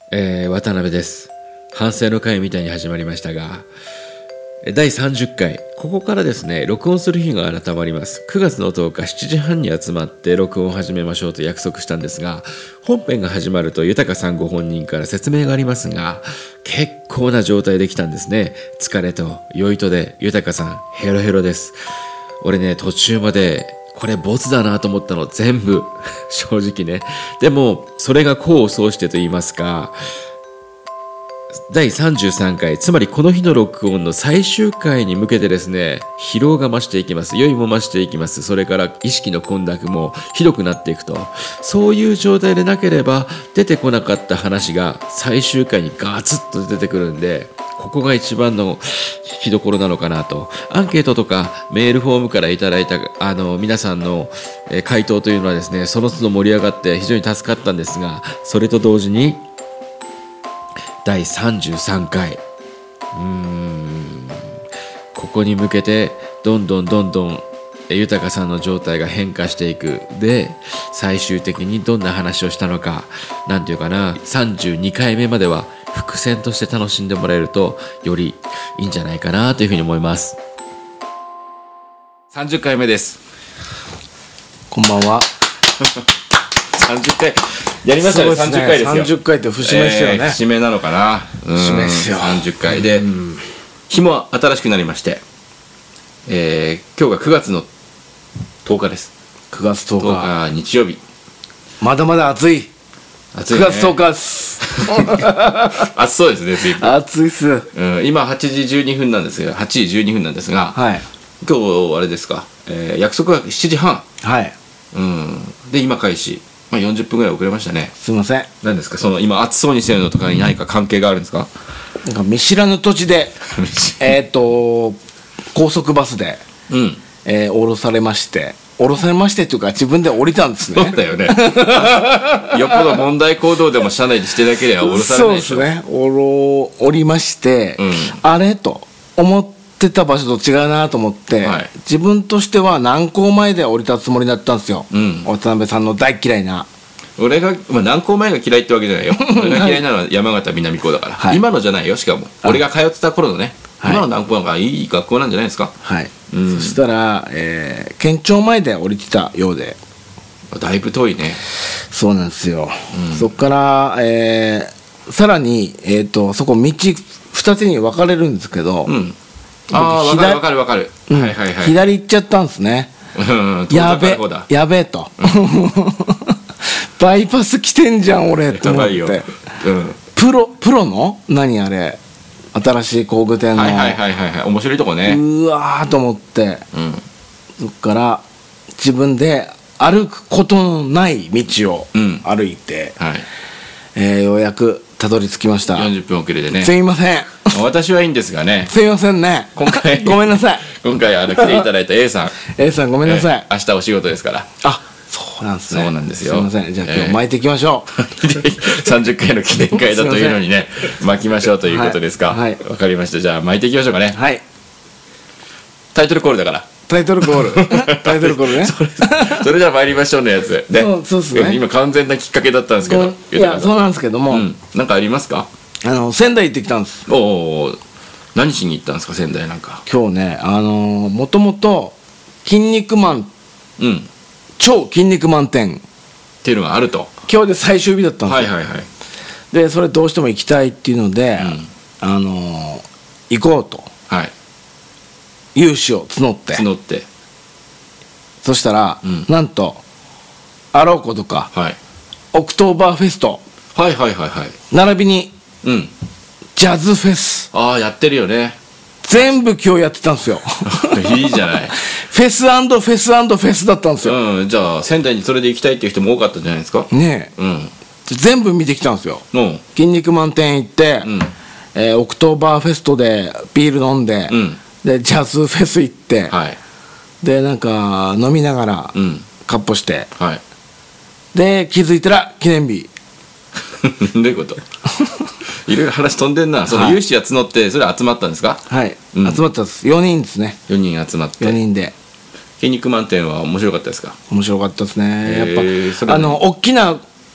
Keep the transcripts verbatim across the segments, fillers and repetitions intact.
えー、渡辺です。反省の会みたいに始まりましたが、だいさんじゅっかい、ここからですね、録音する日が改まります。くがつのとおかしちじはんに集まって録音を始めましょうと約束したんですが、本編が始まると豊さんご本人から説明がありますが、結構な状態で来たんですね。疲れと酔いとで豊さんヘロヘロです。俺ね、途中までこれボツだなと思ったの全部正直ね。でもそれが功を奏してと言いますか、だいさんじゅうさんかい、つまりこの日の録音の最終回に向けてですね、疲労が増していきます。酔いも増していきます。それから意識の混濁もひどくなっていくと、そういう状態でなければ出てこなかった話が最終回にガツッと出てくるんで、ここが一番の聞きどころなのかなと。アンケートとかメールフォームからいただいたあの皆さんの回答というのはですね、その都度盛り上がって非常に助かったんですが、それと同時にだいさんじゅうさんかい、うーんここに向けてどんどんどんどん豊さんの状態が変化していく。で最終的にどんな話をしたのか、なんていうかな、さんじゅうにかいめまでは伏線として楽しんでもらえるとよりいいんじゃないかなというふうに思います。さんじゅっかいめです。 こんばんは。 さんじゅっかいやりましたね。さんじゅっかいですよ。 さんじゅっかいって節目ですよね、 えー、節目なのかな。 節目ですよ。 さんじゅっかいで日も新しくなりまして、えー、今日がくがつのとおかです。 くがつとおか、 とおか日曜日。 まだまだ暑い。暑いね、くがつとおかです暑そうですね。随分暑いっす、 うん、今はちじじゅうにふんなんですが、はちじじゅうにふんなんですが、 はい、 今日あれですか、えー、約束はしちじはん、 はい、 うん、で今開始、まあ、よんじゅっぷんぐらい遅れましたね。 すいません。 何ですか、その今暑そうにしてるのとかに何か関係があるんですか？ なんか見知らぬ土地でえっと高速バスで、うんえー、降ろされまして降ろされましてっていうか自分で降りたんですね。 そうだよねよっぽど問題行動でも車内でしてなければ降ろされないでしょ。 そうですね、降ろ降りまして、うん、あれと思ってた場所と違うなと思って、はい、自分としては南港前で降りたつもりだったんですよ、うん、渡辺さんの大嫌いな。 俺が、まあ、南港前が嫌いってわけじゃないよ俺が嫌いなのは山形南港だから、はい、今のじゃないよ。しかも俺が通ってた頃のね、はい、今の南港なんかいい学校なんじゃないですか。 はい、うん、そしたら、えー、県庁前で降りてたようで。 だいぶ遠いね。 そうなんですよ、うん、そっから、えー、さらに、えーと、そこ道ふたつに分かれるんですけど、うん、 ああ分かる分かる分かる、 うん、はいはいはい、左行っちゃったんですねやべやべえと、うんバイパス来てんじゃん俺と思って、うん、プロプロの何あれ新しい工具店の、 はいはいはいはい、面白いとこね。 うわーと思って、うん、そっから自分で歩くことのない道を歩いて、うんはい、えー、ようやくたどり着きました。 よんじゅっぷん遅れでね。 すいません私はいいんですがね。 すいませんね。 今回ごめんなさい。 今回あの来ていただいた A さん A さんごめんなさい、 えー、明日お仕事ですから。 あ、そうなんですね。 そうなんですよ。 すいません。じゃあ今日巻いていきましょう、 えー、さんじゅっかいの記念会だというのにね巻きましょうということですか。はい、わかりました。じゃあ巻いていきましょうかね。 はい、 タイトルコールだから。 タイトルコールタイトルコールねそれ, それじゃあ参りましょうのやつで、 そうそうっすね。 今完全なきっかけだったんですけど、 いやそうなんですけども、うん、 なんかありますか？ あの仙台行ってきたんです。 おお、何しに行ったんですか仙台なんか。 今日ね、あのー、もともと筋肉マン、うん、超筋肉マン展っていうのがあると。 今日で最終日だったんですよ。 はいはいはい。 でそれどうしても行きたいっていうので、うん、あのー、行こうと、はい、有志を募って募ってそしたら、うん、なんとアローコとか、はい、オクトーバーフェスト、 はいはいはいはい、 並びに、うん、ジャズフェス、 ああやってるよね。 全部今日やってたんですよいいじゃない。 フェス&フェス&フェスだったんですよ、 うん、じゃあ仙台にそれで行きたいっていう人も多かったんじゃないですかねえ、うん、全部見てきたんですよ。 うん、 筋肉マン店行って、うん、えー、オクトーバーフェストでビール飲んで、うん、でジャズフェス行って、はい、でなんか飲みながら、うん、カッポして、はい、で気づいたら記念日どういうこといろいろ話飛んでんな。その有志が募ってそれ集まったんですか？ はい、うん、集まったんです。よにんですね。 よにん集まってよにんで。 筋肉マン店は面白かったですか？ 面白かったですね。やっぱあの大きな言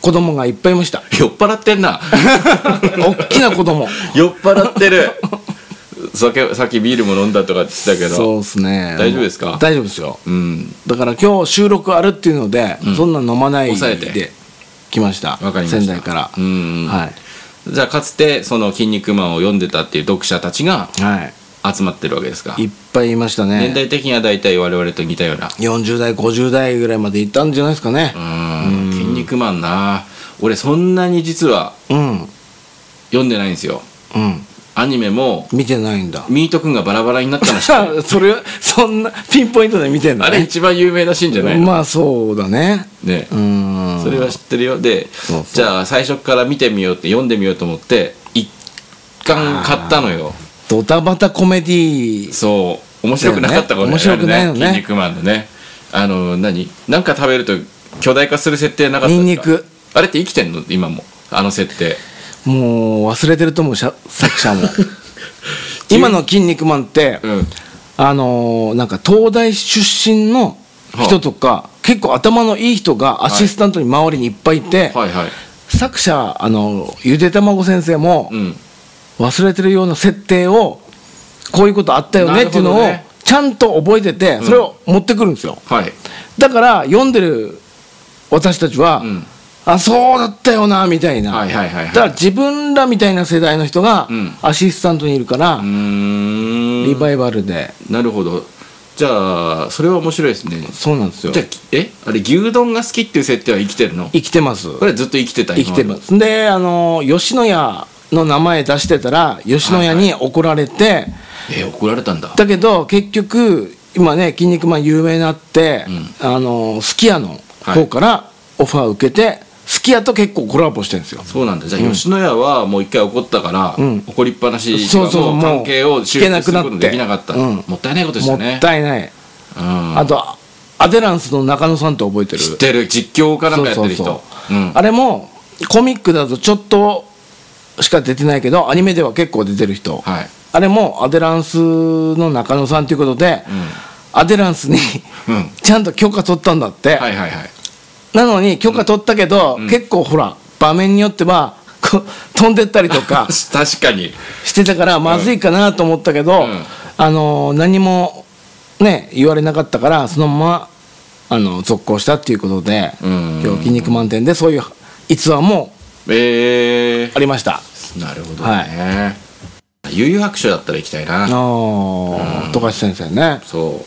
子供がいっぱいいました。 酔っ払ってんな大きな子供酔っ払ってるさっき、さっきビールも飲んだとかって言ってたけど、 そうですね、 大丈夫ですか？ 大丈夫ですよ、 うん、 だから今日収録あるっていうので、うん、そんな飲まない抑えでて来ました。 わかりました。 仙台から。 うん、 はい、 じゃあかつてその「筋肉マン」を読んでたっていう読者たちが集まってるわけですか？ いっぱいいましたね。 年代的には大体我々と似たようなよんじゅう代ごじゅう代ぐらいまでいったんじゃないですかね。 うん、筋肉マンな、俺そんなに実は読んでないんですよ。うん、アニメも見てないんだ。 ミート君がバラバラになったの知ってるそれそんなピンポイントで見てんの、ね、 あれ一番有名なシーンじゃないの？ まあそうだね。 ね、うん、それは知ってるよ。で、そうそう、じゃあ最初から見てみようって読んでみようと思って一巻買ったのよ。 ドタバタコメディー。 そう面白くなかったこと、ね、 面白くないのね。 筋肉マンのね、あの何なんか食べると巨大化する設定なかったですか？ ニンニク。 あれって生きてんの今もあの設定？ もう忘れてると思う作者も今の筋肉マンって、うん、あのー、なんか東大出身の人とか、はあ、結構頭のいい人がアシスタントに周りにいっぱいいて、はいはいはい、作者あのゆでたまご先生も、うん、忘れてるような設定をこういうことあったよねっていうのをちゃんと覚えてて、それを持ってくるんですよ、うん、はい、だから読んでる私たちは、うん、あそうだったよなみたいな、はいはいはいはい、だから自分らみたいな世代の人がアシスタントにいるから、うん、リバイバルで。 なるほど。じゃあそれは面白いですね。 そうなんですよ。 じゃあえあれ牛丼が好きっていう設定は生きてるの？ 生きてます。 これずっと生きてた。 生きてます。であの吉野家の名前出してたら吉野家に怒られて、はいはい、 え怒られたんだ。 だけど結局今ね筋肉マン有名になって、うん、あのすき家の方からオファーを受けて、すき家と結構コラボしてるんですよ。 そうなんだ。じゃあ、うん、吉野家はもう一回怒ったから、うん、怒りっぱなしがもう関係を修復することできなかった、うん、もったいないことでしたね。 もったいない、うん、あとアデランスの中野さんって覚えてる？ 知ってる。実況かなんかやってる人。そうそうそう、うん、 あれもコミックだとちょっとしか出てないけどアニメでは結構出てる人、はい、あれもアデランスの中野さんということで、うん、アデランスにちゃんと許可取ったんだって、はいはいはい、なのに許可取ったけど、うん、結構ほら場面によってはこ飛んでったりとか確かにしてたからまずいかなと思ったけど、うん、あの何もね言われなかったからそのままあの続行したっていうことで、うん、今日筋肉満点でそういう逸話もありました、 えー、なるほどね、はい、悠々白書だったら行きたいな。あ、 うん、富樫先生ね。 そう、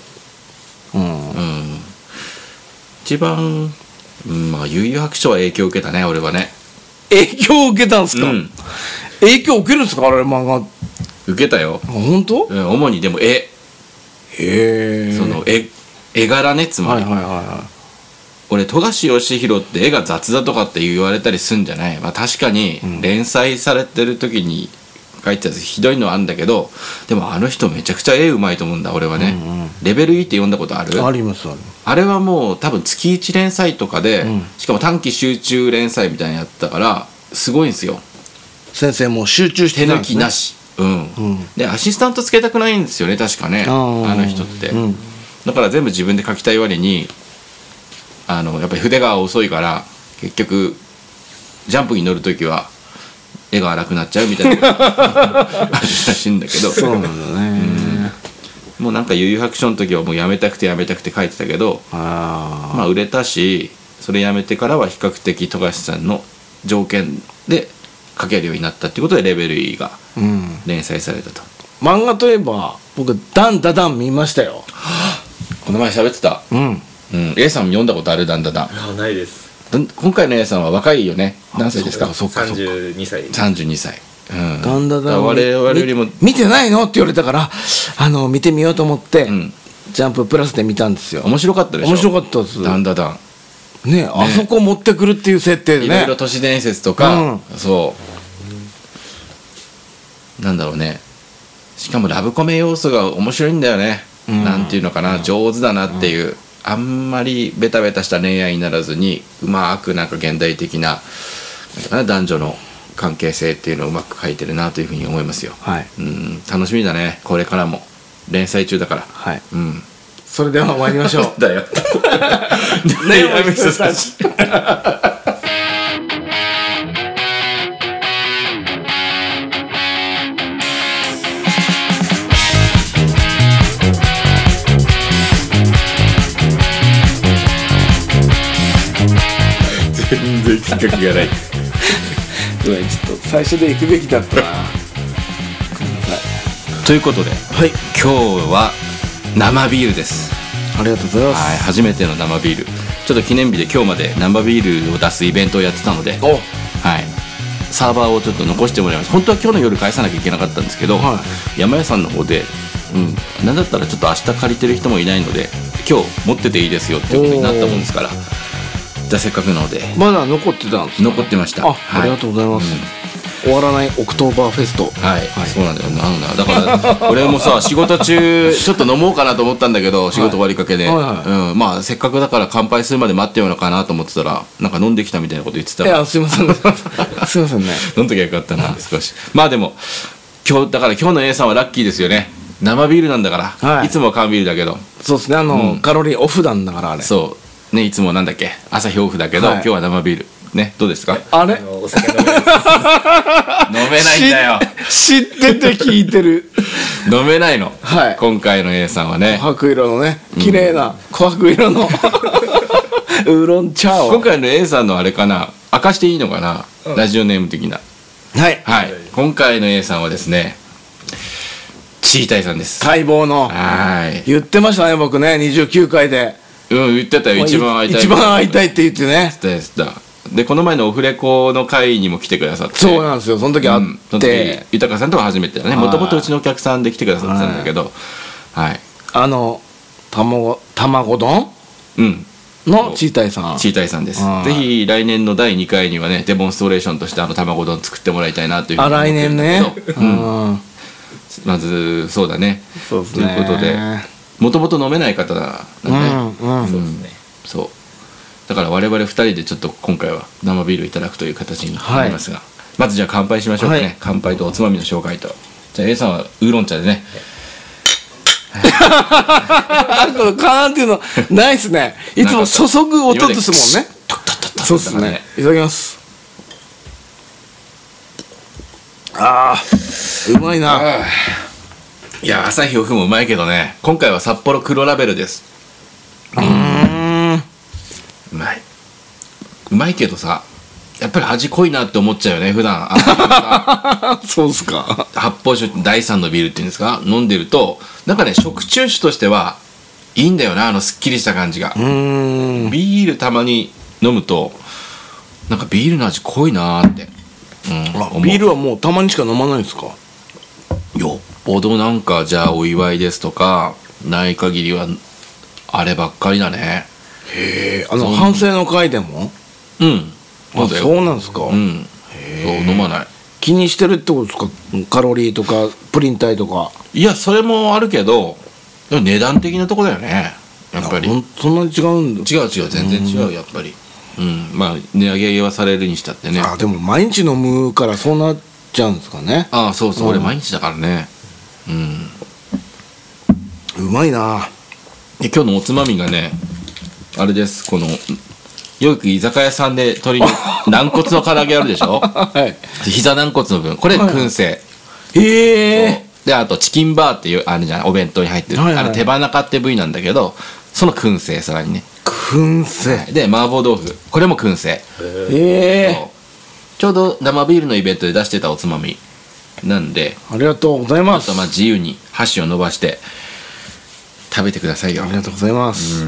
うん、うん、一番うん、まあ悠々白書は影響を受けたね俺はね。 影響を受けたんですか、うん、影響を受けるんですかあれ漫画。 受けたよ。 本当？ うん、主にでも絵。 へえ。 その絵絵柄ね、つまり、はいはいはいはい、俺富樫義弘って絵が雑だとかって言われたりすんじゃない。まあ確かに連載されてる時に書いてたやつひどいのはあるんだけど、でもあの人めちゃくちゃ絵うまいと思うんだ俺はね、うんうん、レベル E って読んだことある？ ありますある。 あれはもう多分月いち連載とかで、うん、しかも短期集中連載みたいなのやったからすごいんですよ。 先生もう集中して手抜きなし、うんうん、でアシスタントつけたくないんですよね確かね、あの人って、うん、だから全部自分で書きたい割にあのやっぱり筆が遅いから結局ジャンプに乗るときは絵が荒くなっちゃうみたいなあるらしいんだけどそうなんだね、 うん、もうなんか悠々白書の時はもうやめたくてやめたくて書いてたけど、あまあ売れたしそれやめてからは比較的富樫さんの条件で書けるようになったっていうことでレベル E が連載されたと、 うん、漫画といえば僕ダンダダン見ましたよ。 この前喋ってた、うんうん、A さん読んだことある？ダンダダン。 あ、ないです。 今回の A さんは若いよね。何歳ですか？ さんじゅうにさい。 さんじゅうにさい、うん、 ダンダダン我々よりも見てないのって言われたからあの見てみようと思って、うん、ジャンププラスで見たんですよ。 面白かったでしょ？ 面白かったです。 ダンダダンね、ね、あそこ持ってくるっていう設定でね、 いろいろ都市伝説とか、うん、そう、なんだろうね。しかもラブコメ要素が面白いんだよね、うん、なんていうのかな、うん、上手だなっていう、うん、あんまりベタベタした恋愛にならずにうまくなんか現代的 な, なんかな男女の関係性っていうのをうまく書いてるなというふうに思いますよ、はい、うん、楽しみだね。これからも連載中だから、はい、うん、 それでは参りましょうだよねえおみそたち曲がないごめんちょっと最初で行くべきだったなということで、 はい、 今日は生ビールです。 ありがとうございます。 はい、初めての生ビール。ちょっと記念日で今日まで生ビールを出すイベントをやってたので、 お、 はい、サーバーをちょっと残してもらいます。本当は今日の夜返さなきゃいけなかったんですけど、はい、山屋さんの方で、うん、なんだったらちょっと明日借りてる人もいないので今日持ってていいですよっていうことになったもんですから、じゃあせっかくなのでまだ残ってたんですか？ 残ってました。 あ、はい、ありがとうございます、うん、終わらないオクトーバーフェスト。 はい、はい、そうなんだよなんだだから俺もさ仕事中ちょっと飲もうかなと思ったんだけど、仕事終わりかけで、はいはいはい、うん、まあせっかくだから乾杯するまで待ってようのかなと思ってたら、なんか飲んできたみたいなこと言ってたら、 いやすいませんすいませんね飲んときゃよかったな少し。まあでも今日だから今日の A さんはラッキーですよね。生ビールなんだから、はい、いつもは缶ビールだけど、 そうですね、あの、うん、カロリーオフなんだからあれ、 そうね、いつもなんだっけ朝日オフだけど、はい、今日は生ビールね、どうですか？ あれお酒飲めない飲めないんだよ知ってて聞いてる飲めないの、 はい、 今回の A さんはね、 琥珀色のね、綺麗な琥珀色のウーロン茶を。 今回の A さんのあれかな、明かしていいのかな、うん、ラジオネーム的な、 はい、 はい、今回の A さんはですね、チータイさんです。 待望の。 はい、 言ってましたね僕ね、にじゅうきゅうかいで。 うん、言ってたよ、一番会いたい一番会いたいって言ってね。 言ってた。でこの前のオフレコの会にも来てくださって、 そうなんですよ、その時会って、うん、その時豊さんとは初めてだね、もともとうちのお客さんで来てくださってたんだけど、はい、はい、 あの卵卵丼、うん、のチータイさん、 チータイさんです。ぜひ来年のだいにかいにはね、デモンストレーションとしてあの卵丼作ってもらいたいなというふうに思ってるんだけど、あ、来年ね、うん、まずそうだね、 そうですね、 ということで、もともと飲めない方なんで、うんうん、そうですね、そうだから我々ふたりでちょっと今回は生ビールいただくという形になりますが、はい、まずじゃあ乾杯しましょうかね、はい、乾杯とおつまみの紹介と。じゃあ A さんはウーロン茶でね、 このカーンっていうのないっすね。いつも注ぐ音ですもんね。そうっすね。いただきます。あー、うまいな。 いや、朝日オフもうまいけどね、今回は札幌黒ラベルです。 うーん、 うまい、うまいけどさ、やっぱり味濃いなって思っちゃうよね、普段。 そうっすか。 発泡酒だいさんのビールっていうんですか、飲んでるとなんかね、食中酒としてはいいんだよな、あのすっきりした感じが。うーん、ビールたまに飲むとなんかビールの味濃いなーって、 うん、ビールはもうたまにしか飲まないんですか？ よっぽどなんか、じゃあお祝いですとかない限りはあればっかりだね。 へえ、あの反省の会でも？ うん、 あ、そうなんですか。 うん、そう飲まない。 気にしてるってことですか？カロリーとかプリン体とか。 いや、それもあるけど、でも値段的なとこだよね、やっぱり。 そんなに違うんだ。 違う違う、全然違う、やっぱり。うん、まあ値上げはされるにしたってね。 あ、でも毎日飲むからそうなっちゃうんですかね。 ああ、そうそう、俺毎日だからね。 うん、うまいな。 で今日のおつまみがね、あれです。このよく居酒屋さんで鶏の軟骨の唐揚げあるでしょ、はい、膝軟骨の分、これ燻製、はい、へえ。であとチキンバーっていうあれじゃん、お弁当に入ってる、はいはい、あれ手羽中って部位なんだけど、その燻製、さらにね燻製、 はい、で麻婆豆腐、これも燻製。へえ。 ちょうど生ビールのイベントで出してたおつまみなんで、 ありがとうございます。 ちょっとまあ自由に箸を伸ばして食べてくださいよ。 ありがとうございます。うん、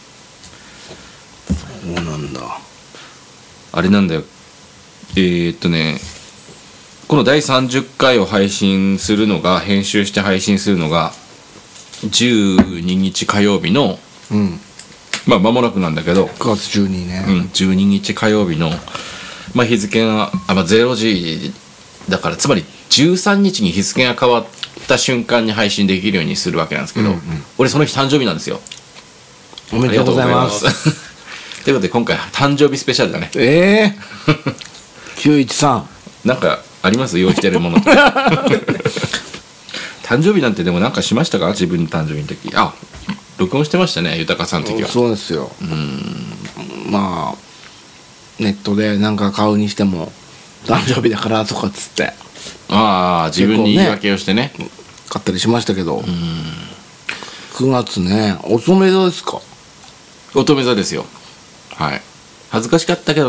そうなんだ。 あれなんだよ、えー、っとねこのだいさんじゅっかいを配信するのが、編集して配信するのがじゅうににち火曜日の、うん、まあ間もなくなんだけど、 くがつじゅうににちね、 うん、じゅうににち火曜日の、まあ、日付があ、まあ、ゼロじだから、つまりじゅうさんにちに日付が変わった瞬間に配信できるようにするわけなんですけど、うんうん、俺その日誕生日なんですよ。 おめでとうございます。 ということで今回誕生日スペシャルだね。 ええー、きゅういちさんなんかあります？用意してるもの誕生日なんてでもなんかしましたか？自分の誕生日の時。あ、録音してましたね、豊さんの時は。 そうですよ。うん、まあネットでなんか買うにしても誕生日だからとかっつって、 ああ、自分に言い訳をしてね、 買ったりしましたけど、うん、くがつね、乙女座ですか？ 乙女座ですよ。はい、恥ずかしかったけどね、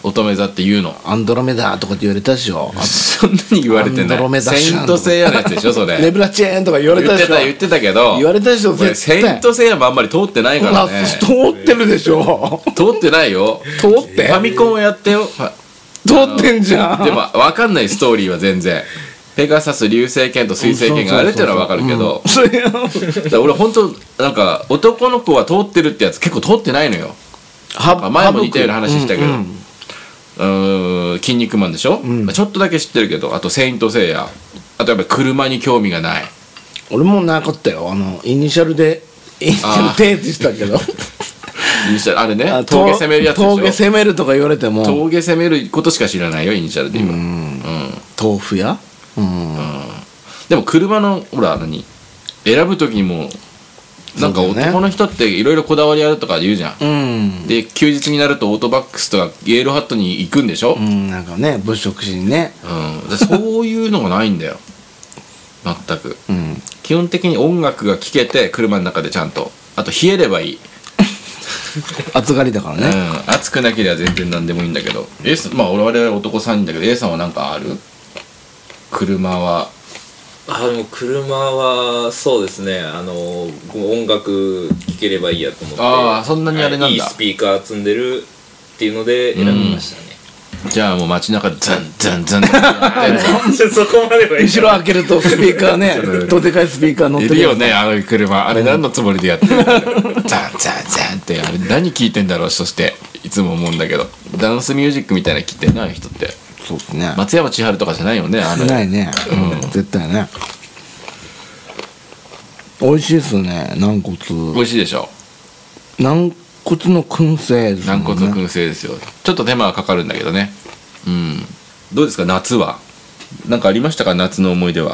乙女座って言うの。 アンドロメダとかって言われたでしょ。 そんなに言われてない。アンドロメダセイントセイヤのやつでしょそれ。 ネブラチェーンとか言われたでしょ。 言ってた言ってたけど、 言われたでしょ。絶対セイントセイヤもあんまり通ってないからね。 通ってるでしょ。 通ってないよ。 通ってファミコンをやってよ。 通ってんじゃん。 でも分かんないストーリーは全然。ペガサス流星剣と水星剣があるっていうのは分かるけど、俺本当なんか男の子は通ってるってやつ結構通ってないのよ。前も似たような話したけど、うんうん、筋肉マンでしょ、うん、ちょっとだけ知ってるけど、あとセイントセイヤ、あとやっぱり車に興味がない。 俺もなかったよ。あのイニシャルでイニシャルテーってしたけどイニシャルあれね、峠攻めるやつでしょ。 峠攻めるとか言われても峠攻めることしか知らないよイニシャルで今。うん、うん、 豆腐屋、うん、 うん、でも車のほら何選ぶ時にもなんか男の人っていろいろこだわりあるとか言うじゃん、うん、で休日になるとオートバックスとかゲールハットに行くんでしょ、 うん、なんかね物色しにね、 うん、でそういうのがないんだよ全く、うん、基本的に音楽が聴けて車の中でちゃんと、あと冷えればいい暑がりだからね、 うん、暑くなければ全然何でもいいんだけど、A、まあ我々男さんにんだけど A さんは何かある？車はあでも車はそうですね、あの音楽聴ければいいやと思って、 ああそんなにあれなんだ、 いいスピーカー積んでるっていうので選びましたね、 うん、じゃあもう街中でザンザンザンそこまでは後ろ開けるとスピーカーねどでかいスピーカー乗ってるいるよね、あの車あれ何のつもりでやってるの、うん、ザンザンザンってあれ何聞いてんだろう、そしていつも思うんだけどダンスミュージックみたいなの聞いてない人って。 そうですね、 松山千春とかじゃないよね、あのないね、うん、絶対ね。美味しいですね、軟骨。 美味しいでしょ。 軟骨の燻製ですね。 軟骨の燻製ですよ。ちょっと手間はかかるんだけどね。うん。どうですか夏は。なんかありましたか、夏の思い出は。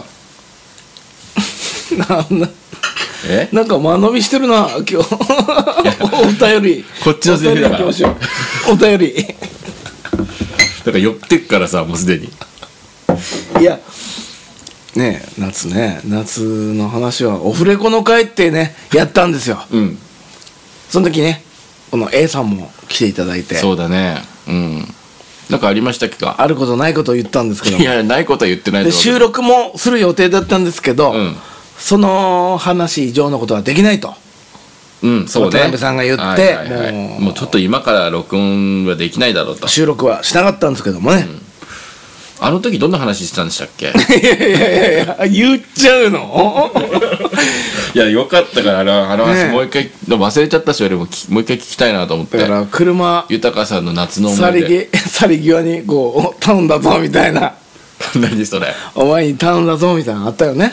なんだ。 え？ なんか間延びしてるな今日。お便り。 こっちのセリフだから。 お便り。 だから寄ってっからさ、もうすでに。 いやねえ夏ね夏の話はオフレコの会ってねやったんですよ、うん、その時ねこの A さんも来ていただいて。 そうだね、うん、なんかありましたっけか。 あることないことを言ったんですけども、 いやないことは言ってないで収録もする予定だったんですけど、うん、その話以上のことはできないと、 うん、そうね、 渡辺さんが言って、はいはいはい、 もう、もうちょっと今から録音はできないだろうと。 収録はしなかったんですけどもね、 うん、あの時どんな話してたんでしたっけ。 いやいやいや言っちゃうのいやよかったからあの、あの話もう一回、ね、忘れちゃったし俺ももう一回聞きたいなと思って。 だから車豊さんの夏の思い出去り際にこう頼んだぞみたいな何それお前に頼んだぞみたいなのあったよね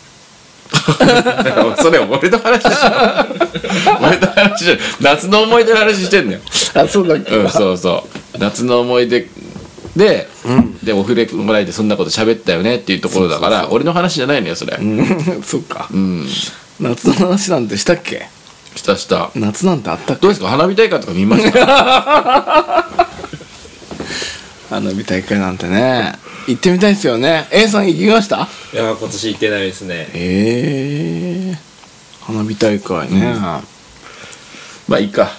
それ俺の話でしょ俺の話じゃ夏の思い出の話してんのよ。 あそうだっけ、 うん、そうそう夏の思い出で、うん、でオフレコもらえてそんなこと喋ったよねっていうところだから、そうそうそう俺の話じゃないのよそれ、うん、 そっか、うん、夏の話なんてしたっけ。 したした。 夏なんてあったっけ。 どうですか花火大会とか見ました花火大会なんてね行ってみたいですよね。 A さん行きました。 いや今年行ってないですね。 えー、花火大会ね、うん、 まあいいか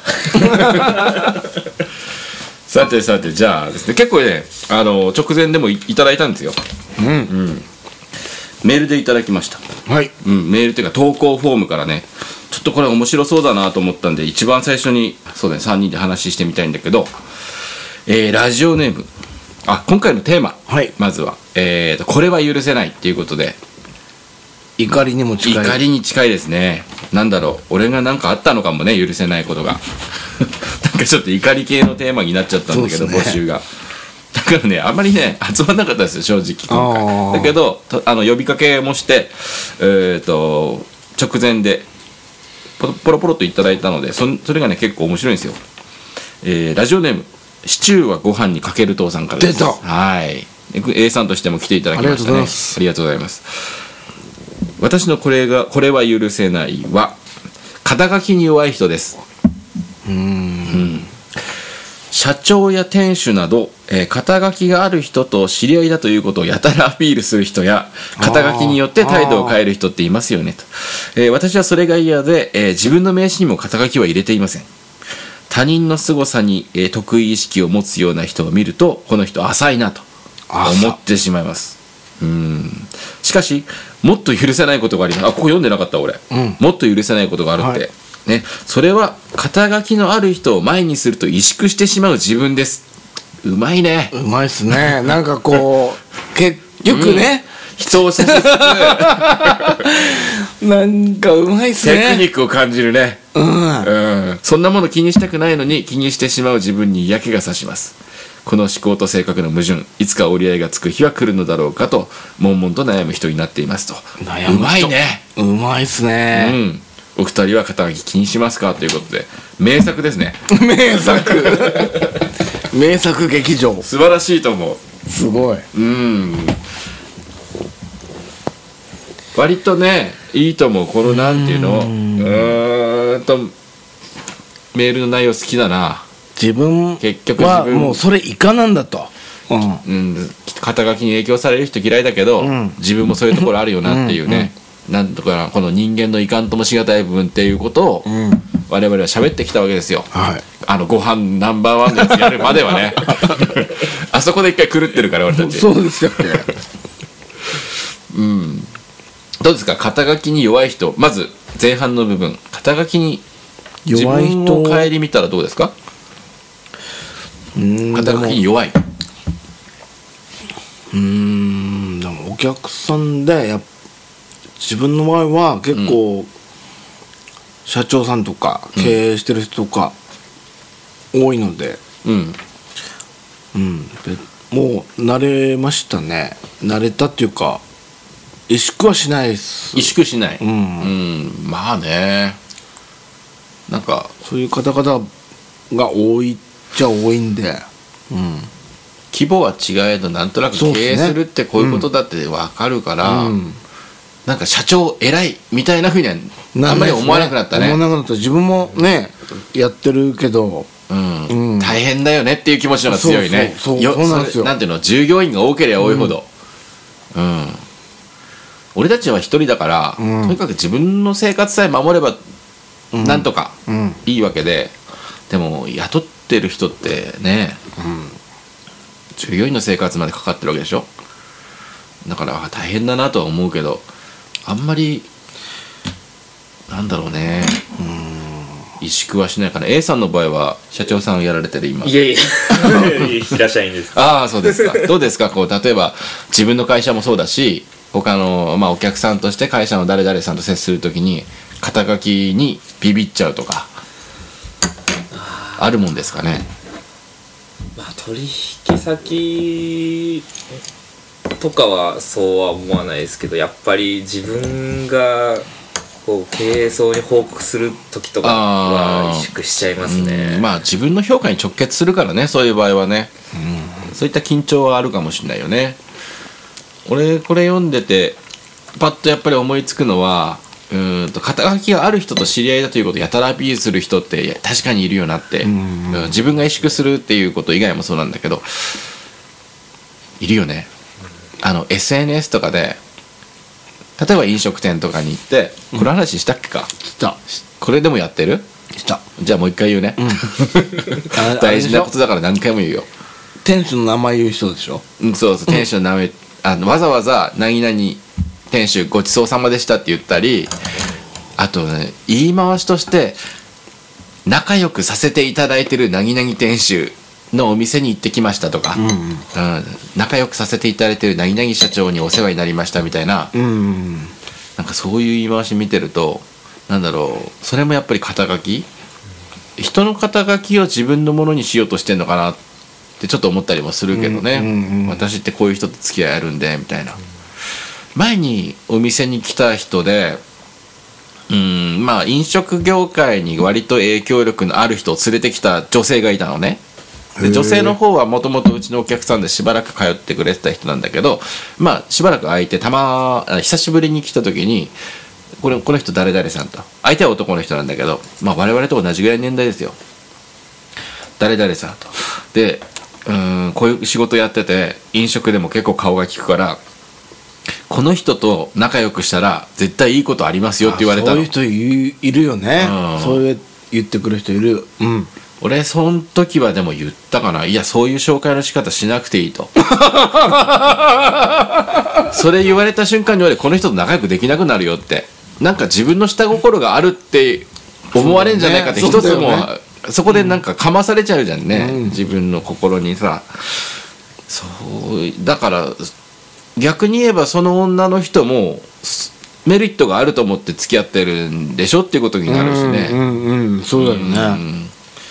さてさてじゃあですね結構ねあの直前でも い, いただいたんですよ、うんうん、メールでいただきました。 はい、 うん、メールっていうか投稿フォームからねちょっとこれ面白そうだなと思ったんで一番最初にそうだねさんにんで話してみたいんだけど、えー、ラジオネームあ今回のテーマ、はい、まずは、えーと、これは許せないっていうことで怒りにも近い。 怒りに近いですね。なんだろう俺が何かあったのかもね許せないことがなんかちょっと怒り系のテーマになっちゃったんだけど、ね、募集がだからねあんまりね集まんなかったですよ正直今回。だけどあの呼びかけもして、えーと直前でポロポロポロといただいたので そ, それがね結構面白いんですよ。えー、ラジオネームシチューはご飯にかけるとうさんからです。 出た。 はい A さんとしても来ていただきましたね。ありがとうございます。私のこれがこれは許せないは肩書きに弱い人です。うーん、うん、社長や店主など、えー、肩書きがある人と知り合いだということをやたらアピールする人や肩書きによって態度を変える人っていますよねと、えー、私はそれが嫌で、えー、自分の名刺にも肩書きは入れていません。 他人の凄さに、えー、得意意識を持つような人を見ると、この人浅いなと思ってしまいます。うん。しかしもっと許せないことがあります。あ、ここ読んでなかった俺、うん、もっと許せないことがあるって、はいね、それは肩書きのある人を前にすると萎縮してしまう自分です。うまいね。 うまいっすね。なんかこう結局ね、 うん、人をさせつつなんかうまいっすね。 テクニックを感じるね、うんうん、そんなもの気にしたくないのに気にしてしまう自分に嫌気がさします。この思考と性格の矛盾、いつか折り合いがつく日は来るのだろうかと悶々と悩む人になっていますと。 悩む人うまいね。うまいっすね、うん。 お二人は肩書き気にしますかということで、名作ですね。 名作名作劇場、 素晴らしいと思う。 すごい。 うん、割とねいいと思う。このなんていうの、うーんとメールの内容好きだな。 自分結局自分はもうそれ以下なんだと、うんうん、肩書きに影響される人嫌いだけど、うん、自分もそういうところあるよなっていうね、うんうん、なんとかこの人間のいかんともしがたい部分っていうことを、うん、我々は喋ってきたわけですよ、はい、あのご飯ナンバーワンのやつやるまではねあそこで一回狂ってるから俺たち。 そうですよねうん、どうですか肩書きに弱い人。まず前半の部分、肩書きに自分を顧みたらどうですか。うーん、肩書きに弱い。 うーん、でもお客さんでや自分の場合は結構、うん、社長さんとか経営してる人とか多いので、うん、うん、もう慣れましたね。慣れたっていうか萎縮はしないです。 萎縮しない、うんうん、まあね、なんかそういう方々が多いっちゃ多いんで、うん、 規模は違えどなんとなく経営するってこういうことだって分かるから、うん、なんか社長偉いみたいなふうにはあんまり思わなくなったね。 思わなくなった。自分もねやってるけど、 うんうん、大変だよねっていう気持ちの方が強いね。 そうそうそうそうなんですよ。 なんていうの、従業員が多ければ多いほど、うん、うん、俺たちは一人だから、うん、とにかく自分の生活さえ守ればなんとかいいわけで、うんうん、でも雇ってる人ってね、うん、従業員の生活までかかってるわけでしょ。だから大変だなとは思うけど、あんまりなんだろうね、うん、萎縮はしないかな。 A さんの場合は社長さんをやられてる今。 いやいや平社員です。 ああそうですか。どうですか、こう例えば自分の会社もそうだし他の、まあ、お客さんとして会社の誰々さんと接するときに肩書きにビビっちゃうとかあるもんですかね。 まあ取引先とかはそうは思わないですけど、やっぱり自分がこう経営層に報告する時とかは萎縮しちゃいますね。 うん、まあ自分の評価に直結するからね、そういう場合はね、うん、そういった緊張はあるかもしれないよね。俺これ読んでてパッとやっぱり思いつくのは、うーんと肩書きがある人と知り合いだということをやたらアピールする人って確かにいるよなって、うん、自分が萎縮するっていうこと以外もそうなんだけどいるよね。あの エスエヌエス とかで例えば飲食店とかに行って、この話したっけか、うん、 したこれでもやってるしたじゃあもう一回言うね、うん、大事なことだから何回も言うよ。 店主の名前言う人でしょ。 うん、そうそう、店主の名前、うん、あのわざわざ何々店主ごちそうさまでしたって言ったり、あとね言い回しとして仲良くさせていただいてる何々店主のお店に行ってきましたとか、うんうんうん、仲良くさせていただいてる何々社長にお世話になりましたみたいな、うんうん、なんかそういう言い回し見てるとなんだろう、それもやっぱり肩書き、人の肩書きを自分のものにしようとしてんのかなってちょっと思ったりもするけどね、うんうんうん、私ってこういう人と付き合いあるんでみたいな。前にお店に来た人で、うーんまあ飲食業界に割と影響力のある人を連れてきた女性がいたのね。で女性の方はもともとうちのお客さんでしばらく通ってくれてた人なんだけど、まあしばらく空いてたま久しぶりに来た時にこれこの人誰々さんと、相手は男の人なんだけど、まあ我々と同じぐらいの年代ですよ。誰々さんとで、うーんこういう仕事やってて飲食でも結構顔が利くから、この人と仲良くしたら絶対いいことありますよって言われたの。 そういう人いるよね、うん、そういう言ってくる人いる、うん、 俺その時はでも言ったかな、いやそういう紹介の仕方しなくていいとそれ言われた瞬間に俺この人と仲良くできなくなるよって、なんか自分の下心があるって思われるんじゃないかって一つも そ,、ね、そこでなんかかまされちゃうじゃんね、うん、自分の心にさ。そうだから逆に言えばその女の人もメリットがあると思って付き合ってるんでしょっていうことになるしね。 うんうんうん、そうだよね、うん、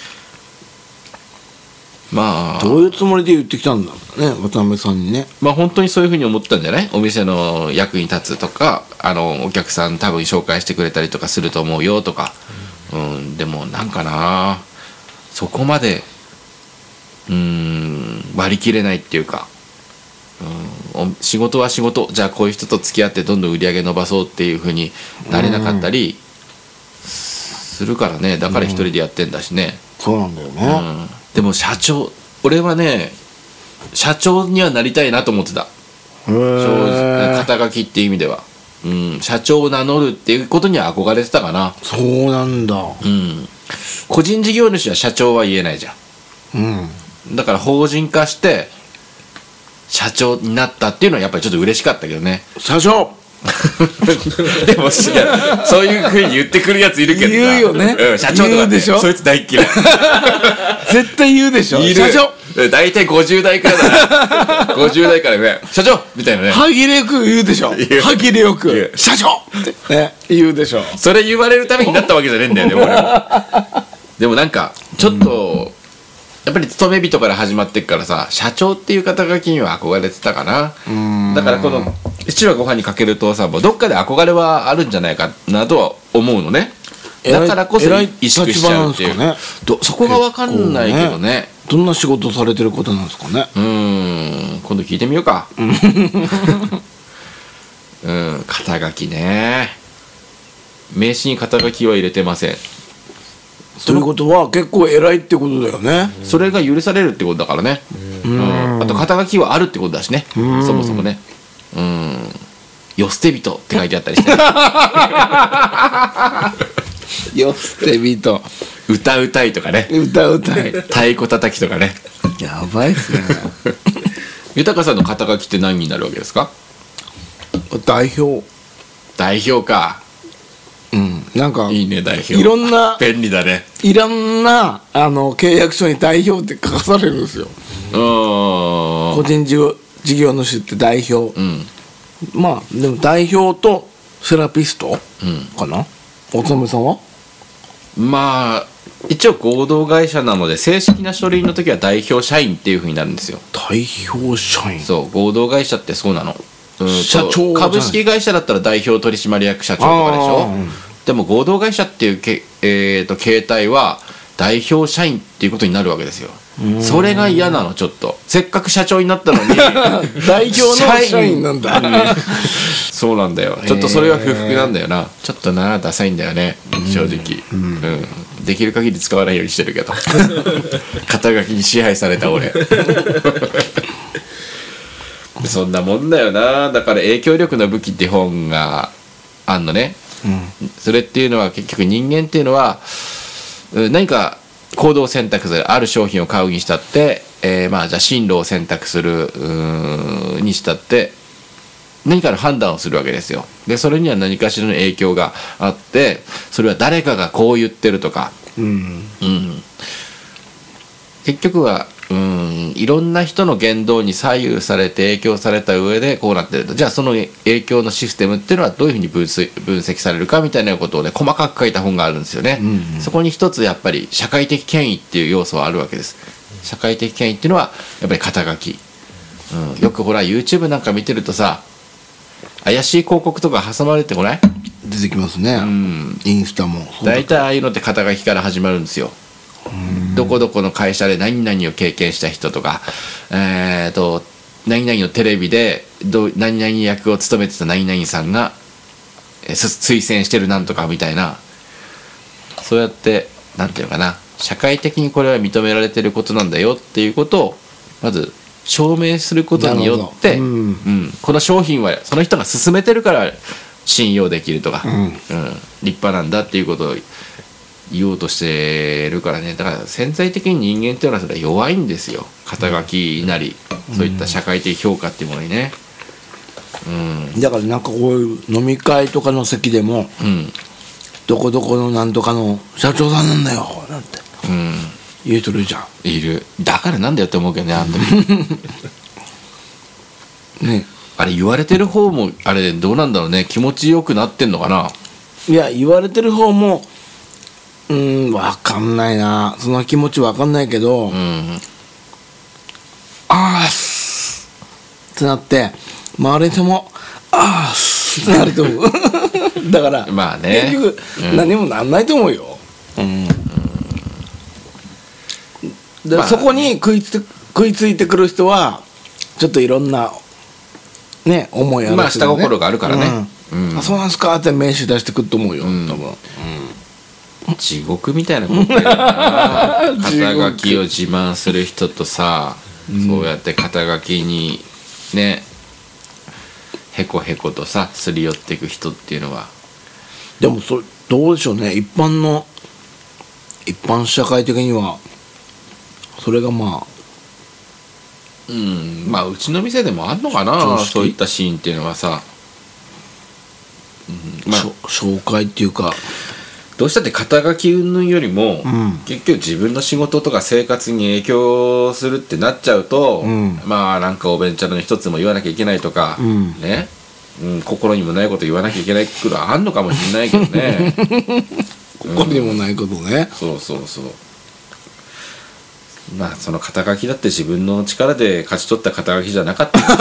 まあどういうつもりで言ってきたんだろうね、渡辺さんにね。 まあ本当にそういうふうに思ったんじゃない。お店の役に立つとか、あのお客さん多分紹介してくれたりとかすると思うよとか、うん、うん、でもなんかなそこまでうーん割り切れないっていうか、うん、仕事は仕事、じゃあこういう人と付き合ってどんどん売り上げ伸ばそうっていう風になれなかったりするからね。だから一人でやってんだしね、 うん、そうなんだよね、 うん、でも社長、俺はね社長にはなりたいなと思ってた。正直肩書きっていう意味では、うん、社長を名乗るっていうことには憧れてたかな。 そうなんだ、 うん、個人事業主は社長は言えないじゃん、うん、だから法人化して社長になったっていうのはやっぱりちょっと嬉しかったけどね。 社長でもそういうふうに言ってくるやついるけどさ、 言うよね、 うん、社長とかってそいつ大嫌い絶対言うでしょ、社長大体ごじゅう代からだなごじゅう代からね社長みたいなね、 歯切れよく言うでしょ、歯切れよく社長ってね言うでしょ。 それ言われるためになったわけじゃねえんだよね俺もでもなんかちょっと、うん、やっぱり勤め人から始まってっからさ、社長っていう肩書きには憧れてたかな。だからこの父はご飯にかける父さんもどっかで憧れはあるんじゃないかなとは思うのね。だからこそ意識しちゃうっていう、ね、どそこが分かんないけど ね, ねどんな仕事されてる方なんですかね。 うーん今度聞いてみようかうん肩書きね、名刺に肩書きは入れてません。 ということは結構偉いってことだよね。 それが許されるってことだからね。うん、あと肩書きはあるってことだしね、そもそもね。うん、よ捨て人って書いてあったりしてよ捨て人、 歌うたいとかね、 歌うたい、 太鼓叩きとかね。 やばいっすね豊さんの肩書きって何になるわけですか。 代表。 代表か。 うん、なんかいいね代表、 いろんな便利だね、 いろんなあの契約書に代表って書かされるんですよ。個人事業、事業主って代表、うん、まあでも代表とセラピストかな、うん、おつめさんはまあ一応合同会社なので正式な書類の時は代表社員っていう風になるんですよ。 代表社員。 そう合同会社ってそうなの。うん社長株式会社だったら代表取締役社長とかでしょ、うん、でも合同会社っていうけ、えー、と形態は代表社員っていうことになるわけですよ。それが嫌なの。ちょっとせっかく社長になったのに代表の社員なんだ、うん、 そうなんだよ。ちょっとそれは不服なんだよな。ちょっとなダサいんだよね正直、うんうん、できる限り使わないようにしてるけど肩書きに支配された俺そんなもんだよな。だから影響力の武器って本があんのね、うん、それっていうのは結局人間っていうのは何か行動を選択する、ある商品を買うにしたって、えー、まあじゃあ進路を選択するにしたって何かの判断をするわけですよ。でそれには何かしらの影響があって、それは誰かがこう言ってるとか、うんうん、結局はうんいろんな人の言動に左右されて影響された上でこうなってると、じゃあその影響のシステムっていうのはどういうふうに分析、分析されるかみたいなことをね細かく書いた本があるんですよね、うんうん、そこに一つやっぱり社会的権威っていう要素はあるわけです。社会的権威っていうのはやっぱり肩書き、うん、よくほら YouTube なんか見てるとさ怪しい広告とか挟まれてこない？ 出てきますね、うん、インスタも大体ああいうのって肩書きから始まるんですよ。どこどこの会社で何々を経験した人とか、えーと何々のテレビでど何々役を務めてた何々さんが推薦してるなんとかみたいな、そうやってなんていうのかな、社会的にこれは認められてることなんだよっていうことをまず証明することによって、うんうん、この商品はその人が勧めてるから信用できるとか、うんうん、立派なんだっていうことを言おうとしてるからね。だから潜在的に人間っていうのはそれは弱いんですよ。肩書きなり、うん、そういった社会的評価っていうものにね、 うん、だからなんかこういう飲み会とかの席でも、うん、どこどこのなんとかの社長さんなんだよなんて、うん、言う人いるじゃん。 いる。だからなんだよって思うけどね、あんたね。あれ言われてる方もあれどうなんだろうね、気持ちよくなってんのかな。 いや言われてる方もうーん分かんないな、その気持ち分かんないけど、うん、あーすってなって周りでもあーすってなると思うだからまあね、 結局何もなんないと思うよ、うんうん、で、まあ、そこに食いつ食いついてくる人はちょっといろんなね思いある人、ね、 まあ下心があるからね、 うんうん、あそうなんすかって名刺出してくると思うよ、うん、多分、 うん、地獄みたいなことだよな肩書きを自慢する人とさ、うん、そうやって肩書きにねへこへことさすり寄っていく人っていうのは。 でもそどうでしょうね、一般の一般社会的にはそれがまあうんまあうちの店でもあんのかな、そういったシーンっていうのはさ、 うんまあ、紹介っていうかどうしたって肩書き云々よりも、うん、結局自分の仕事とか生活に影響するってなっちゃうと、うん、まあなんかおべんちゃらの一つも言わなきゃいけないとか、うん、ね、うん、心にもないこと言わなきゃいけないくらいあんのかもしれないけどね心にもないことね、 うん、そうそうそう。まあその肩書きだって自分の力で勝ち取った肩書きじゃなか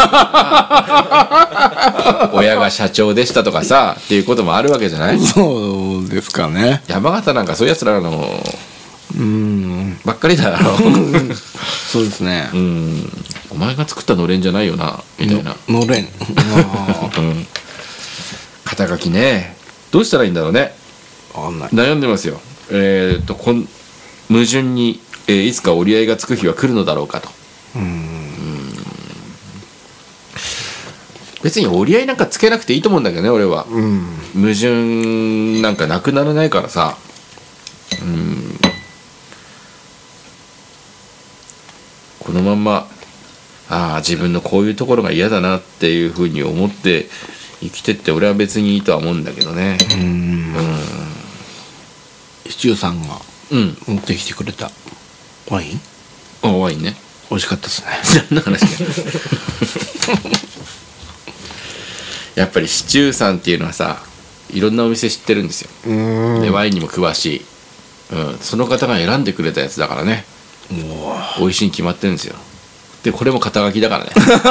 った親が社長でしたとかさっていうこともあるわけじゃない。 そうですかね。 山形なんかそういうやつらのうんばっかりだろそうですね。 うんお前が作ったのれんじゃないよなみたいなのれん、うん、 肩書きねどうしたらいいんだろうね。悩んでますよ。えー、っとこん矛盾にえー、いつか折り合いがつく日は来るのだろうかと。うーん別に折り合いなんかつけなくていいと思うんだけどね俺は。うん矛盾なんかなくならないからさ。うんこのまんまああ自分のこういうところが嫌だなっていうふうに思って生きてって俺は別にいいとは思うんだけどね。うんうんシチューさんが持ってきてくれたワイン、 あワインね美味しかったですね。 何の話かやっぱりシチューさんっていうのはさいろんなお店知ってるんですよ。うんでワインにも詳しい、うん、その方が選んでくれたやつだからね美味しいに決まってるんですよ。でこれも肩書きだから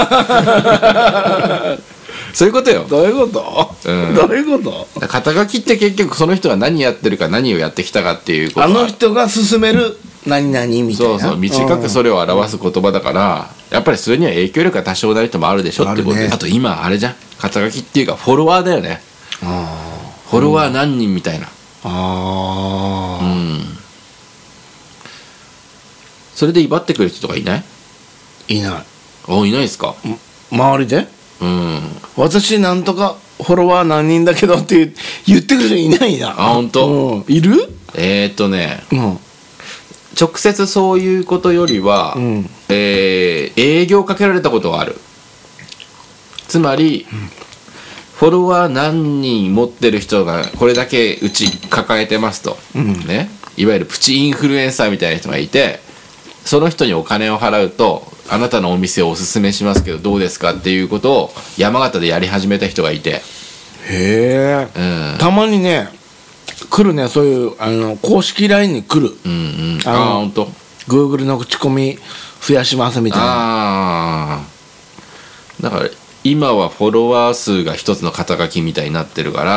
ねそういうことよ。 どういうこと、うん、どういうこと。 肩書きって結局その人が何やってるか何をやってきたかっていうこと。 あの人が勧める何々みたいな。 そうそう短くそれを表す言葉だから、うん、やっぱりそれには影響力が多少なりともあるでしょってことで あ,、ね、あと今あれじゃん肩書きっていうかフォロワーだよね。あフォロワー何人みたいな、うん、ああうんそれで威張ってくる人とかいない？ いない。 あいないですか周りで。うん私なんとかフォロワー何人だけどって言ってくる人いないな。 あ本当、 うん、いる？ えー、っとね、うん、直接そういうことよりは、うんえー、営業かけられたことがある。つまり、うん、フォロワー何人持ってる人がこれだけうち抱えてますと、うんね、いわゆるプチインフルエンサーみたいな人がいてその人にお金を払うとあなたのお店をおすすめしますけどどうですかっていうことを山形でやり始めた人がいて。 へえ、うん、たまにね来るねそういうあの公式 ライン に来る、うんうん、ああ本当 Google の口コミ増やしますみたいな。あだから今はフォロワー数が一つの肩書きみたいになってるから、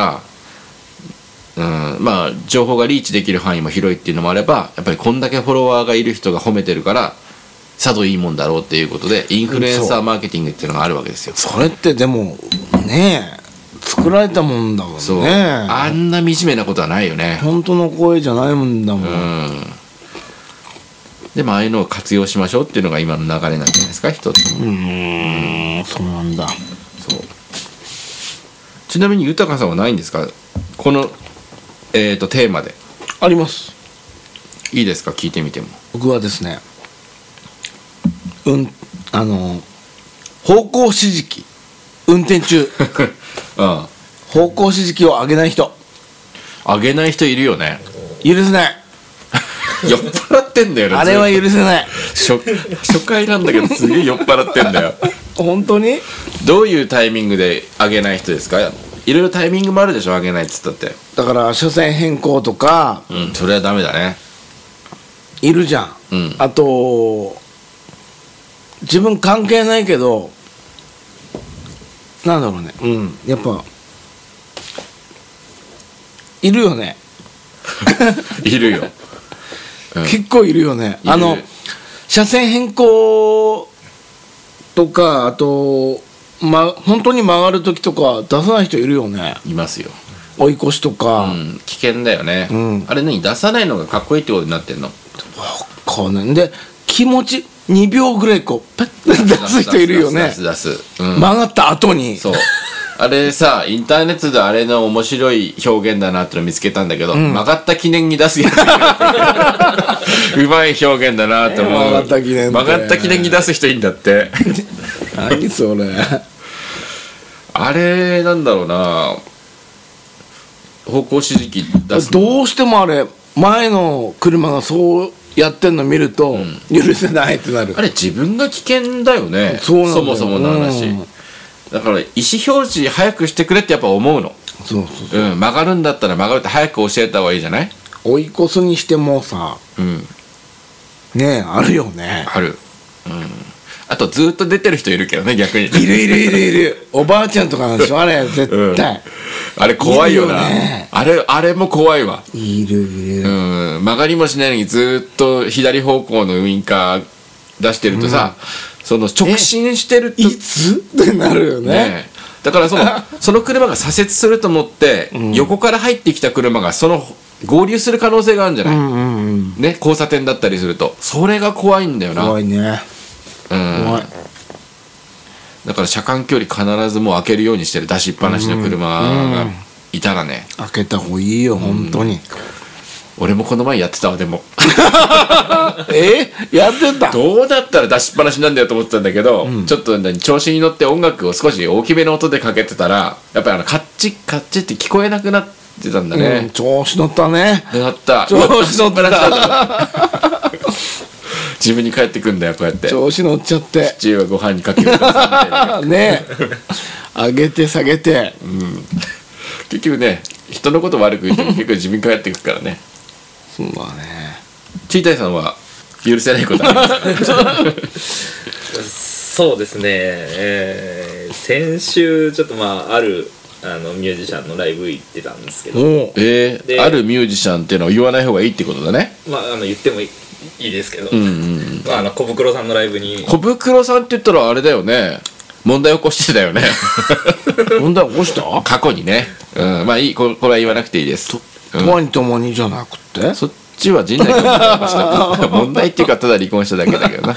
うん、まあ情報がリーチできる範囲も広いっていうのもあればやっぱりこんだけフォロワーがいる人が褒めてるからさぞいいもんだろうっていうことでインフルエンサーマーケティングっていうのがあるわけですよ。 それってでもねえ作られたもんだもんね。 そうあんな惨めなことはないよね。 本当の声じゃないもんだもん、うん、 でもああいうのを活用しましょうっていうのが今の流れなんじゃないですか一つ。うーんそうなんだ。 そうちなみに豊さんはないんですかこの、えー、とテーマで。 あります。 いいですか、聞いてみても。 僕はですね、うんあの方向指示器運転中ああ、 方向指示器を上げない人あげない人いるよね。 許せない酔っ払ってんだよね。 あれは許せない。 初, 初回なんだけどすげえ酔っ払ってんだよ。 本当に？ どういうタイミングで上げない人ですか？いろいろタイミングもあるでしょ、上げないっつったって。 だから車線変更とか、 うん、それはダメだね。 いるじゃん、 うん、 あと自分関係ないけどなんだろうね、うんやっぱいるよねいるよ、 うん、結構いるよね。あの車線変更とか、あと、ま、本当に曲がる時とか出さない人いるよね。 いますよ。 追い越しとか、 うん、危険だよね、 うん、 あれ何出さないのがかっこいいってことになってんの？ こうね、で気持ちにびょうぐらいこうパッて出す人いるよね。 出す出す出す、うん、 曲がった後に。 そうあれさ、インターネットであれの面白い表現だなっての見つけたんだけど、うん、曲がった記念に出すやつうまい表現だなって思う。 曲がった記念曲がった記念に出す人いいんだって何それあれなんだろうな、方向指示器出す。 どうしてもあれ前の車がそうやってんの見ると、うん、許せないってなる。 あれ自分が危険だよね。 そうなんだよ、 そもそもの話、うん、だから意思表示早くしてくれってやっぱ思うの。 そうそうそう、 うん、曲がるんだったら曲がるって早く教えた方がいいじゃない。 追い越すにしてもさ、うん、ねえあるよね。 ある、うん、あとずっと出てる人いるけどね、逆に。いるいるいるいるおばあちゃんとかなんでしょあれ絶対、うん、 あれ怖いよな、ね、あれあれも怖いわ。 いるいる、 うん、曲がりもしないのにずっと左方向のウインカー出してるとさ、うん、その直進してるといつってなるよ ね, ねだからそのその車が左折すると思って、うん、横から入ってきた車がその合流する可能性があるんじゃない、うんうんうん、ね、交差点だったりするとそれが怖いんだよな。 怖いね、 うん、怖い。だから車間距離必ずもう開けるようにしてる、出しっぱなしの車がいたらね、 うんうん、開けた方がいいよ本当に、うん、 俺もこの前やってたわ。でもえやってた。 どうだったら出しっぱなしなんだよと思ってたんだけど、うん、ちょっと調子に乗って音楽を少し大きめの音でかけてたらやっぱりあのカッチカッチって聞こえなくなってたんだね、 うん、調子乗ったね。 乗った調子乗った自分に返ってくんだよこうやって。 調子乗っちゃって父はご飯にかけてくださいみたいなねえ上げて下げて、 うん、結局ね人のこと悪く言っても結局自分に返ってくからね。 そうだね。 チータイさんは許せないことありますか？ そうですね、えー、先週ちょっとまああるあのミュージシャンのライブ行ってたんですけど、 えー、あるミュージシャンっていうのは言わない方がいいってことだね。 まあ、あの言ってもいいいいですけど、うんうん、まあ、あの小袋さんのライブに。 小袋さんって言ったらあれだよね、問題起こしてたよね問題起こした？ 過去にね、うん、まあいい、これは言わなくていいです。 ともにともにじゃなくて、 そっちは陣内君がました問題っていうかただ離婚しただけだけどな、うん、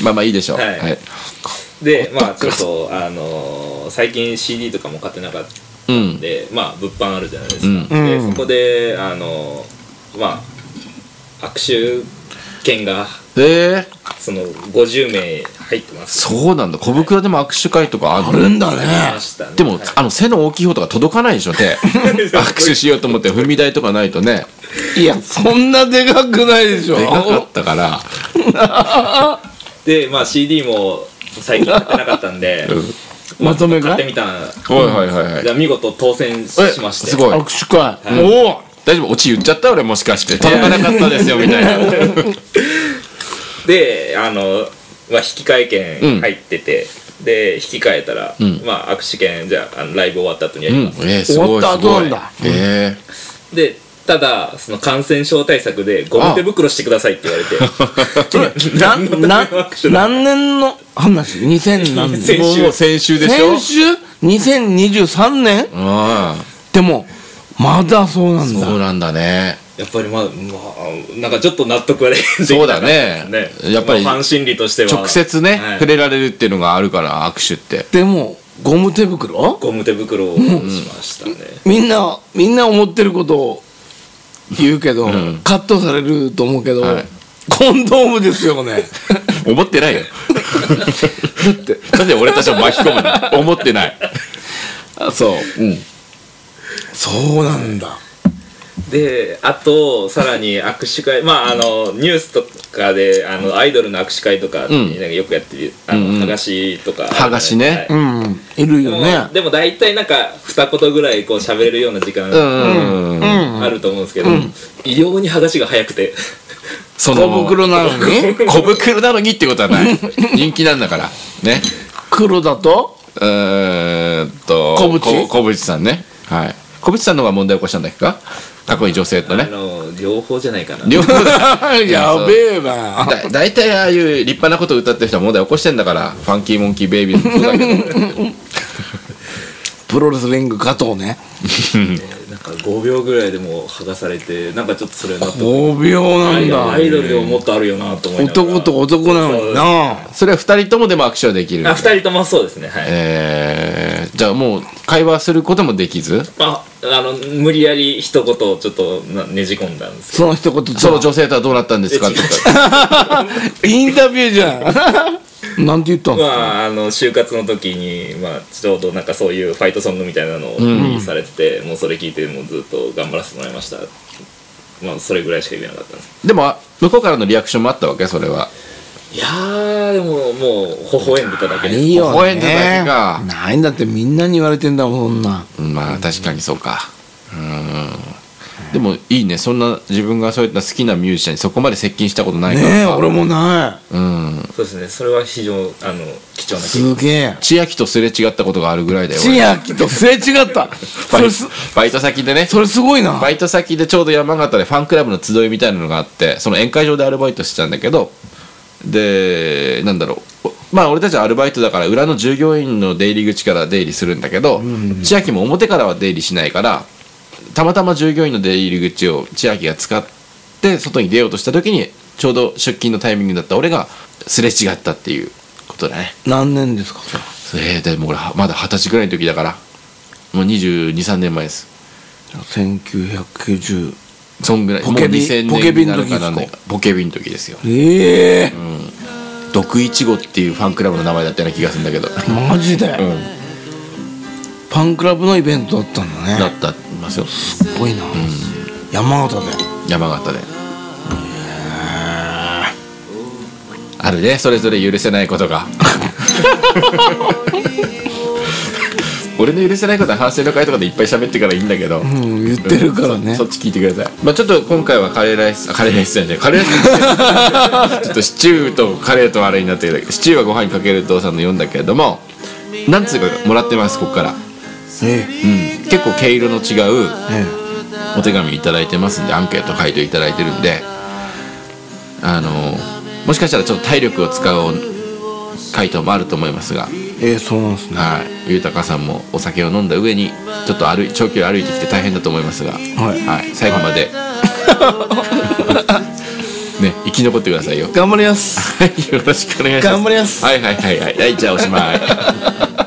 まあまあいいでしょう、はいはい、 でまあちょっとあのー、最近 シーディー とかも買ってなかったんで、うん、まあ物販あるじゃないですか、うん、でそこであのー、まあ握手券がえー、 そのごじゅうめい入ってます、 ね、そうなんだ。小袋でも握手会とかあるんだね。 でも、はい、あの背の大きい方とか届かないでしょ手握手しようと思って踏み台とかないとね。 いやそんなでかくないでしょ。 でかかったからでまあ シーディー も最近買ってなかったんで、 うん、まとめ買ってみた、 はいはいはいはい、 じゃ見事当選しまして。 すごい握手会、はい、 おお大丈夫、オチ言っちゃった俺もしかして届かなかったですよみたいなであの、まあ、引き換え券入ってて、うん、で引き換えたら、うん、まあ、握手券じゃあ、あのライブ終わった後にやります、 うんえー、すごい終わった後なんだ、 えー、でただその感染症対策でゴム手袋してくださいって言われてなな何年の話？にせん何年？ 先週もう先週でしょ。 先週にせんにじゅうさんねん。 あでもまだそうなんだ。 そうなんだね。 やっぱりまあ、まあ、なんかちょっと納得はできなかったですね。 そうだね。やっぱり、 まあ、ファン心理としては直接ね、はい、触れられるっていうのがあるから握手って。 でもゴム手袋？ ゴム手袋をしましたね。 みんなみんな思ってることを言うけど、うん、カットされると思うけど、はい、コンドームですよね。 思ってないよ。だってなんで俺たちを巻き込むの。思ってない。 あ、そう、うん、そうなんだ。 であとさらに握手会、まああのニュースとかであのアイドルの握手会とかになんかよくやってる、うん、あの剥がしとか、 剥がしね、 はい、うん、いるよね。 でも大体なんか二言ぐらいこう喋れるような時間あると思うんですけど、うん、異様に剥がしが早くてその小袋なのに小袋なのにってことはない人気なんだからね。 黒だとうーんと小渕小渕さんね、はい、小渕さんの方が問題を起こしたんだっけか、かっこいい女性とね。 あの両方じゃないかな。 両方やべえな。 だ大体ああいう立派なことを歌ってる人は問題を起こしてんだから。ファンキーモンキーベイビーもそうだけどプロレスリング加藤ねなんかごびょうぐらいでもう剥がされて、なんかちょっとそれなってごびょうなんだ。 アイドルでももっとあるよなと思いながら。 男と男なのにな。 それはふたりともでも握手はできる。 あ、ふたりともそうですね、はい。 えー、じゃあもう会話することもできず、 ああの無理やり一言ちょっとねじ込んだんですけど、 その一言その女性とはどうなったんですかってインタビューじゃんなんて言ったんですか。 まあ、あの就活の時に、まあ、ちょうどなんかそういうファイトソングみたいなのをリリースされてて、うん、もうそれ聞いてもうずっと頑張らせてもらいました。まあそれぐらいしか言えなかったんです。 でも向こうからのリアクションもあったわけ、それは。 いやーでももう微笑んでただけです。 いいよね、 微笑んでただけか。 ないんだってみんなに言われてんだもん、そんな。 まあ確かにそうか。うん、でもいいね、そんな自分がそういった好きなミュージシャンにそこまで接近したことないからね。え俺もない、 うん、 そうですね、それは非常あの貴重な。 すげえ。 千秋とすれ違ったことがあるぐらいだよ。 千秋とすれ違ったバイバイト先でね。 それすごいな。 バイト先でちょうど山形でファンクラブの集いみたいなのがあって、その宴会場でアルバイトしてたんだけど、でなんだろう、まあ俺たちはアルバイトだから裏の従業員の出入り口から出入りするんだけど、うんうん、千秋も表からは出入りしないから、たまたま従業員の出入り口を千秋が使って外に出ようとした時にちょうど出勤のタイミングだった俺がすれ違ったっていうことだね。 何年ですかそれ。えー、でも俺まだ二十歳ぐらいの時だからもうにじゅうに、さんねんまえです。 せんきゅうひゃくきゅうじゅうそんぐらい。 ポケビもうにせんねんポケビの時ですか。 ポケビの時ですよ。 ええー、 うん、毒いちごっていうファンクラブの名前だったような気がするんだけど。 マジで、うん、ファンクラブのイベントだったんだね。 だったますよ。 すごいな、うん、山形で。 山形であるね、それぞれ許せないことが俺の許せないことは反省の会とかでいっぱい喋ってからいいんだけど、うん、 言ってるからね、 うん、そ, そっち聞いてください。まあ、ちょっと今回はカレーライスカレーライスじゃないカレーライスちょっとシチューとカレーとあれになってる。シチューはご飯にかけるとさんの読んだけれども、何通かもらってますここから。 ええ、うん、結構毛色の違うお手紙いただいてますんで、アンケート書いていただいてるんで、あのもしかしたらちょっと体力を使う回答もあると思いますが、 えー、そうなんですね。 はい、豊さんもお酒を飲んだ上にちょっと歩い長距離歩いてきて大変だと思いますが、はいはい、最後まで、はい、ね、生き残ってくださいよ。 頑張りますよろしくお願いします。 頑張ります。 はいはいはいはい、はい、じゃあおしまい